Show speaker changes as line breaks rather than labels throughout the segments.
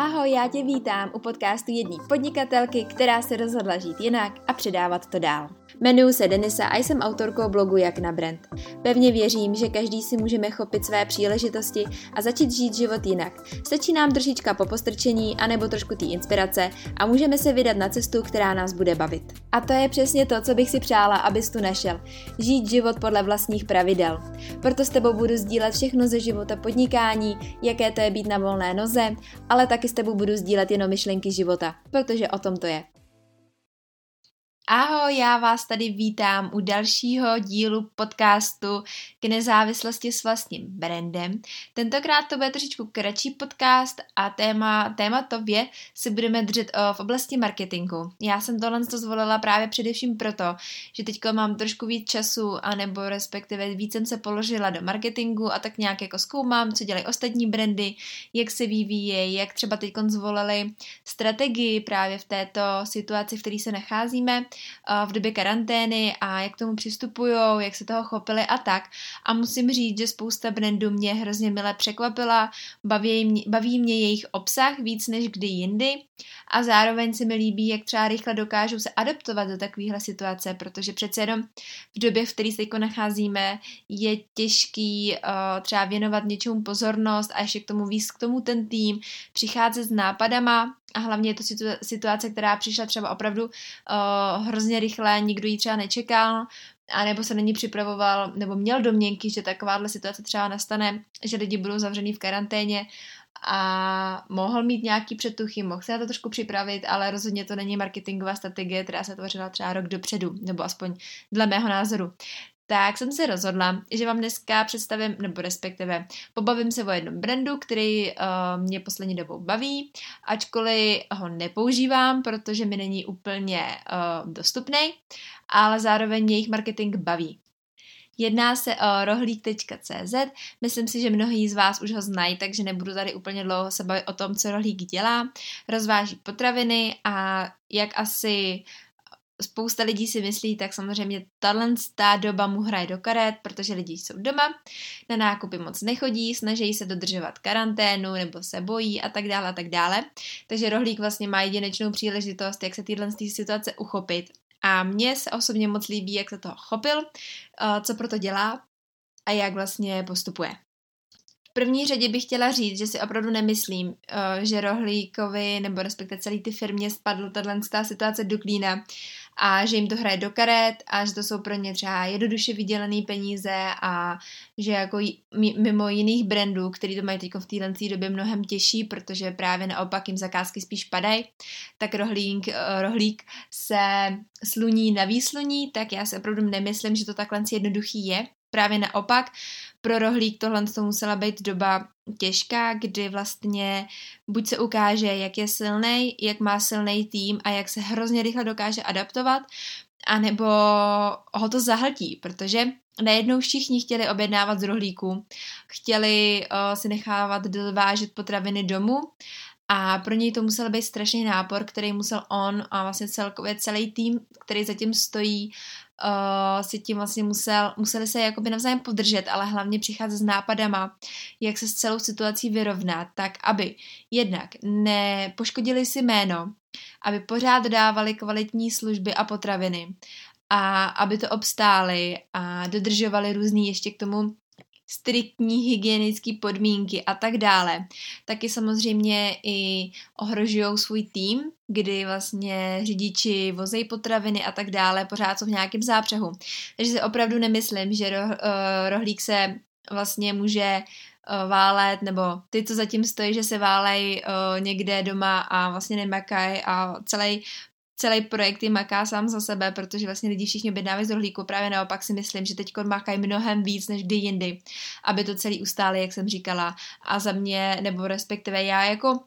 Ahoj, já tě vítám u podcastu jedné podnikatelky, která se rozhodla žít jinak a předávat to dál. Jmenuji se Denisa a jsem autorkou blogu Jak na brand. Pevně věřím, že každý si můžeme chopit své příležitosti a začít žít život jinak. Stačí nám trošička popostrčení anebo trošku té inspirace a můžeme se vydat na cestu, která nás bude bavit. A to je přesně to, co bych si přála, abys tu našel. Žít život podle vlastních pravidel. Proto s tebou budu sdílet všechno ze života podnikání, jaké to je být na volné noze, ale taky s tebou budu sdílet jenom myšlenky života, protože o tom to je. Ahoj, já vás tady vítám u dalšího dílu podcastu K nezávislosti s vlastním brandem. Tentokrát to bude trošičku kratší podcast a tématově si budeme držet v oblasti marketingu. Já jsem tohle zvolila právě především proto, že teďko mám trošku víc času, anebo respektive víc jsem se položila do marketingu a tak nějak jako zkoumám, co dělají ostatní brandy, jak se vyvíjejí, jak třeba teďko zvolili strategii právě v této situaci, v které se nacházíme v době karantény a jak k tomu přistupujou, jak se toho chopili a tak. A musím říct, že spousta brandů mě hrozně mile překvapila, baví mě jejich obsah víc než kdy jindy a zároveň se mi líbí, jak třeba rychle dokážou se adaptovat do takovéhle situace, protože přece jenom v době, v které se teď nacházíme, je těžký třeba věnovat něčemu pozornost a ještě k tomu víc k tomu ten tým, přicházet s nápadama a hlavně je to situace, která přišla třeba opravdu hrozně rychle, nikdo ji třeba nečekal, a nebo se na ní připravoval, nebo měl domněnky, že takováhle situace třeba nastane, že lidi budou zavřený v karanténě a mohl mít nějaký předtuchy, mohl se na to trošku připravit, ale rozhodně to není marketingová strategie, která se tvořila třeba rok dopředu, nebo aspoň dle mého názoru. Tak jsem se rozhodla, že vám dneska představím, nebo respektive pobavím se o jednom brandu, který mě poslední dobou baví, ačkoliv ho nepoužívám, protože mi není úplně dostupný, ale zároveň jejich marketing baví. Jedná se o rohlík.cz, myslím si, že mnohí z vás už ho znají, takže nebudu tady úplně dlouho se bavit o tom, co rohlík dělá. Rozváží potraviny a jak asi spousta lidí si myslí, tak samozřejmě ta doba mu hraje do karet, protože lidi jsou doma, na nákupy moc nechodí, snaží se dodržovat karanténu nebo se bojí a tak dále a tak dále. Takže rohlík vlastně má jedinečnou příležitost, jak se téhle situace uchopit. A mně se osobně moc líbí, jak se toho chopil, co proto dělá a jak vlastně postupuje. V první řadě bych chtěla říct, že si opravdu nemyslím, že rohlíkovi nebo respektive celý ty firmě spadl tato situace do klína a že jim to hraje do karet a že to jsou pro ně třeba jednoduše vydělané peníze a že jako mimo jiných brandů, který to mají teď v téhle době mnohem těžší, protože právě naopak jim zakázky spíš padají, tak rohlík se sluní na výsluní, tak já si opravdu nemyslím, že to takhle jednoduchý je. Právě naopak, pro rohlík tohle to musela být doba těžká, kdy vlastně buď se ukáže, jak je silnej, jak má silný tým a jak se hrozně rychle dokáže adaptovat, anebo ho to zahltí, protože najednou všichni chtěli objednávat z rohlíku, chtěli si nechávat dovážet potraviny domů a pro něj to musel být strašný nápor, který musel on a vlastně celkově celý tým, který zatím stojí, si tím vlastně museli se jakoby navzájem podržet, ale hlavně přicházet s nápadama, jak se s celou situací vyrovnat, tak aby jednak nepoškodili si jméno, aby pořád dodávali kvalitní služby a potraviny a aby to obstáli a dodržovali různý ještě k tomu striktní hygienické podmínky a tak dále, taky samozřejmě i ohrožují svůj tým, kdy vlastně řidiči vozejí potraviny a tak dále, pořád jsou v nějakém zápřehu. Takže si opravdu nemyslím, že rohlík se vlastně může válet, nebo ty, co zatím stojí, že se válej někde doma a vlastně nemakají a celý projekt je maká sám za sebe, protože vlastně lidi všichni objednávají z rohlíku. Právě naopak si myslím, že teď makají mnohem víc než kdy jindy, aby to celý ustáli, jak jsem říkala. A za mě, nebo respektive já jako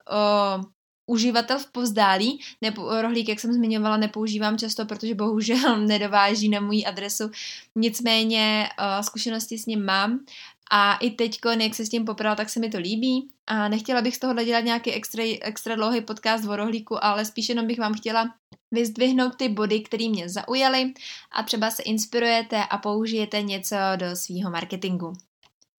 uživatel v povzdálí, nebo rohlík, jak jsem zmiňovala, nepoužívám často, protože bohužel nedováží na moji adresu. Nicméně zkušenosti s ním mám a i teďko, jak se s tím popral, tak se mi to líbí a nechtěla bych z tohohle dělat nějaký extra dlouhý podcast o rohlíku, ale spíš jenom bych vám chtěla vyzdvihnout ty body, které mě zaujaly a třeba se inspirujete a použijete něco do svýho marketingu.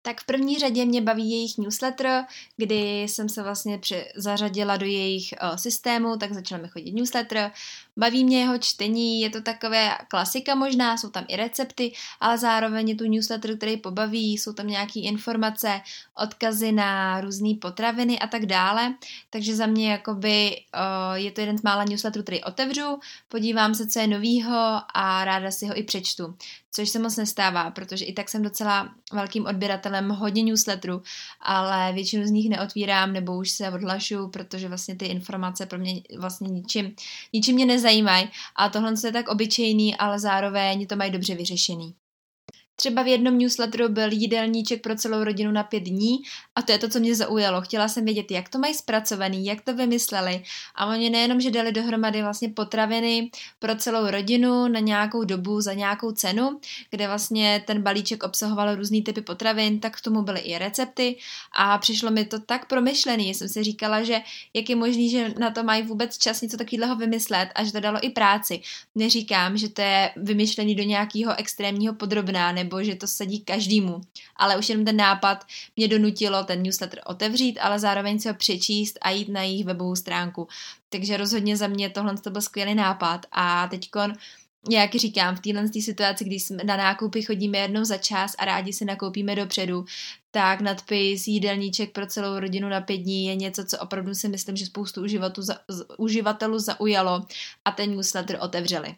Tak v první řadě mě baví jejich newsletter, kdy jsem se vlastně zařadila do jejich systému, tak začala mi chodit newsletter. Baví mě jeho čtení, je to takové klasika možná, jsou tam i recepty, ale zároveň je tu newsletter, který pobaví, jsou tam nějaké informace, odkazy na různé potraviny a tak dále. Takže za mě jakoby je to jeden z mála newsletterů, který otevřu, podívám se, co je novýho a ráda si ho i přečtu. Což se moc nestává, protože i tak jsem docela velkým odběratelem hodně newsletterů, ale většinu z nich neotvírám nebo už se odhlašuju, protože vlastně ty informace pro mě vlastně ničím mě nezajímají a tohle je tak obyčejný, ale zároveň to mají dobře vyřešený. Třeba v jednom newsletteru byl jídelníček pro celou rodinu na 5 dní a to je to, co mě zaujalo. Chtěla jsem vědět, jak to mají zpracovaný, jak to vymysleli a oni nejenom, že dali dohromady vlastně potraviny pro celou rodinu na nějakou dobu za nějakou cenu, kde vlastně ten balíček obsahoval různý typy potravin, tak k tomu byly i recepty a přišlo mi to tak promyšlený. Jsem si říkala, že jak je možný, že na to mají vůbec čas něco takového vymyslet a že to dalo i práci. Neříkám, že to je vymyšlený do nějakého extrémního podrobná nebo že to sedí každému, ale už jenom ten nápad mě donutilo ten newsletter otevřít, ale zároveň si ho přečíst a jít na jejich webovou stránku. Takže rozhodně za mě tohle to byl skvělý nápad a teďkon, jak říkám, v téhle situaci, když na nákupy chodíme jednou za čas a rádi si nakoupíme dopředu, tak nadpis jídelníček pro celou rodinu na 5 dní je něco, co opravdu si myslím, že spoustu uživatelů zaujalo a ten newsletter otevřeli.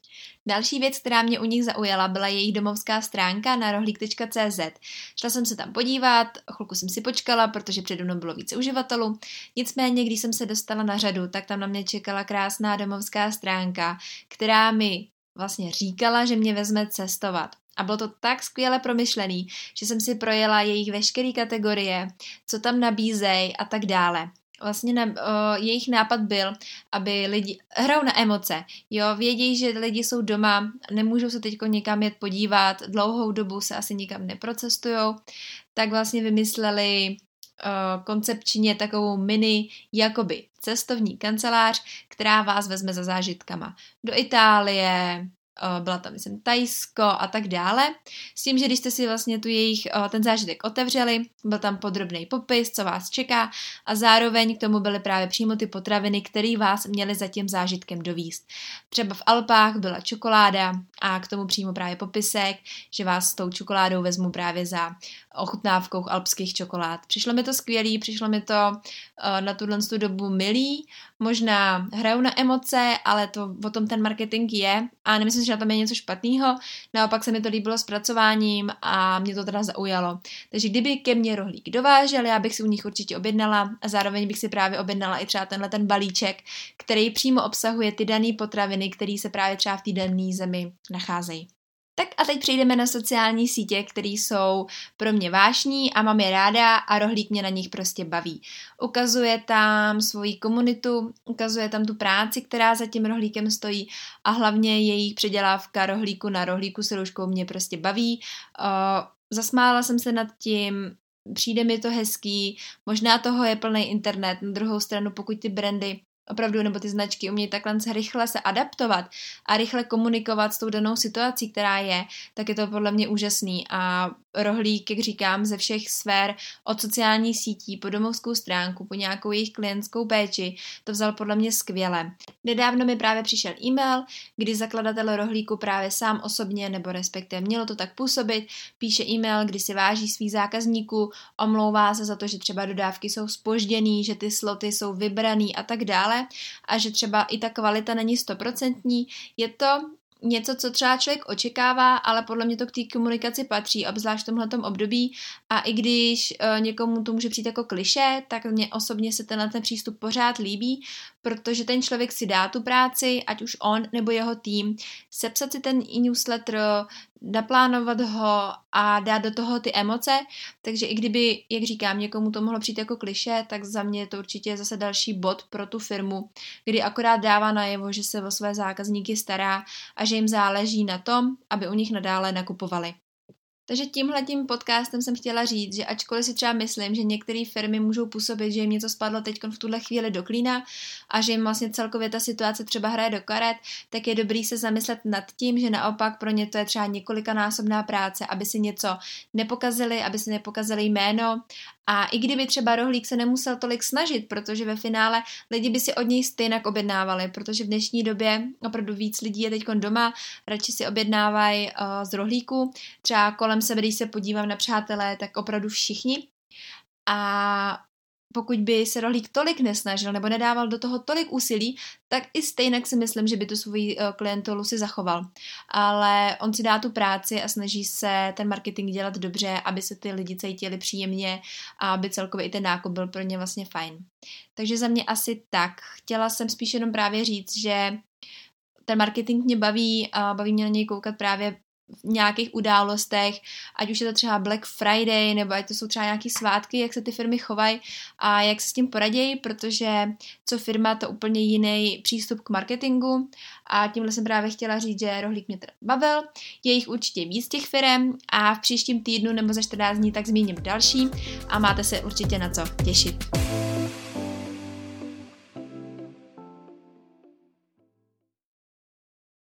Další věc, která mě u nich zaujala, byla jejich domovská stránka na rohlík.cz. Šla jsem se tam podívat, chvilku jsem si počkala, protože přede mnou bylo více uživatelů. Nicméně, když jsem se dostala na řadu, tak tam na mě čekala krásná domovská stránka, která mi vlastně říkala, že mě vezme cestovat. A bylo to tak skvěle promyšlený, že jsem si projela jejich veškeré kategorie, co tam nabízejí a tak dále. Vlastně jejich nápad byl, aby lidi hrajou na emoce, jo, vědí, že lidi jsou doma, nemůžou se teďko někam jet podívat, dlouhou dobu se asi nikam neprocestujou, tak vlastně vymysleli koncepčně takovou mini jakoby cestovní kancelář, která vás vezme za zážitkama do Itálie, byla tam, myslím, Thajsko a tak dále. S tím, že když jste si vlastně ten zážitek otevřeli, byl tam podrobný popis, co vás čeká a zároveň k tomu byly právě přímo ty potraviny, které vás měly za tím zážitkem dovízt. Třeba v Alpách byla čokoláda a k tomu přímo právě popisek, že vás s tou čokoládou vezmu právě za ochutnávkou alpských čokolád. Přišlo mi to skvělý, přišlo mi to na tuhle dobu milý, možná hraju na emoce, ale to o tom ten marketing je a nemyslím, že na tom je něco špatného, naopak se mi to líbilo s pracováním a mě to teda zaujalo. Takže kdyby ke mně rohlík dovážel, já bych si u nich určitě objednala a zároveň bych si právě objednala i třeba tenhle ten balíček, který přímo obsahuje ty dané potraviny, které se právě třeba v té dané zemi nacházejí. Tak a teď přejdeme na sociální sítě, které jsou pro mě vášní a mám je ráda a rohlík mě na nich prostě baví. Ukazuje tam svoji komunitu, ukazuje tam tu práci, která za tím rohlíkem stojí a hlavně jejich předělávka rohlíku na rohlíku s rouškou mě prostě baví. Zasmála jsem se nad tím, přijde mi to hezký, možná toho je plný internet, na druhou stranu pokud ty brandy opravdu, nebo ty značky umějí takhle rychle se adaptovat a rychle komunikovat s tou danou situací, která je, tak je to podle mě úžasný a rohlík, jak říkám, ze všech sfér, od sociálních sítí po domovskou stránku, po nějakou jejich klientskou péči, to vzal podle mě skvěle. Nedávno mi právě přišel e-mail, kdy zakladatel rohlíku právě sám osobně, nebo respektive mělo to tak působit, píše e-mail, kdy si váží svých zákazníků, omlouvá se za to, že třeba dodávky jsou zpožděný, že ty sloty jsou vybraný a tak dále a že třeba i ta kvalita není 100%. Je to něco, co třeba člověk očekává, ale podle mě to k té komunikaci patří, obzvlášť v tomhletom období a i když někomu to může přijít jako klišé, tak mně osobně se tenhle ten přístup pořád líbí, protože ten člověk si dá tu práci, ať už on nebo jeho tým, sepsat si ten e-newsletter, naplánovat ho a dát do toho ty emoce, takže i kdyby, jak říkám, někomu to mohlo přijít jako klišé, tak za mě je to určitě zase další bod pro tu firmu, kdy akorát dává najevo, že se o své zákazníky stará a že jim záleží na tom, aby u nich nadále nakupovali. Takže tímhletím podcastem jsem chtěla říct, že ačkoliv si třeba myslím, že některé firmy můžou působit, že jim něco spadlo teď v tuhle chvíli do klína a že jim vlastně celkově ta situace třeba hraje do karet, tak je dobrý se zamyslet nad tím, že naopak pro ně to je třeba několikanásobná práce, aby si něco nepokazili, aby si nepokazili jméno. A i kdyby třeba Rohlík se nemusel tolik snažit, protože ve finále lidi by si od něj stejnak objednávali, protože v dnešní době opravdu víc lidí je teď doma, radši si objednávají z Rohlíku. Třeba kolem sebe, když se podívám na přátelé, tak opravdu všichni. A pokud by se Rohlík tolik nesnažil nebo nedával do toho tolik úsilí, tak i stejnak si myslím, že by tu svou klientelu si zachoval. Ale on si dá tu práci a snaží se ten marketing dělat dobře, aby se ty lidi cítili příjemně a aby celkově i ten nákup byl pro ně vlastně fajn. Takže za mě asi tak. Chtěla jsem spíš jenom právě říct, že ten marketing mě baví a baví mě na něj koukat právě v nějakých událostech, ať už je to třeba Black Friday, nebo ať to jsou třeba nějaký svátky, jak se ty firmy chovají a jak se s tím poradějí, protože co firma, to úplně jiný přístup k marketingu a tímhle jsem právě chtěla říct, že Rohlík mě teda bavil, je jich určitě víc těch firem a v příštím týdnu nebo za 14 dní tak zmíním další a máte se určitě na co těšit.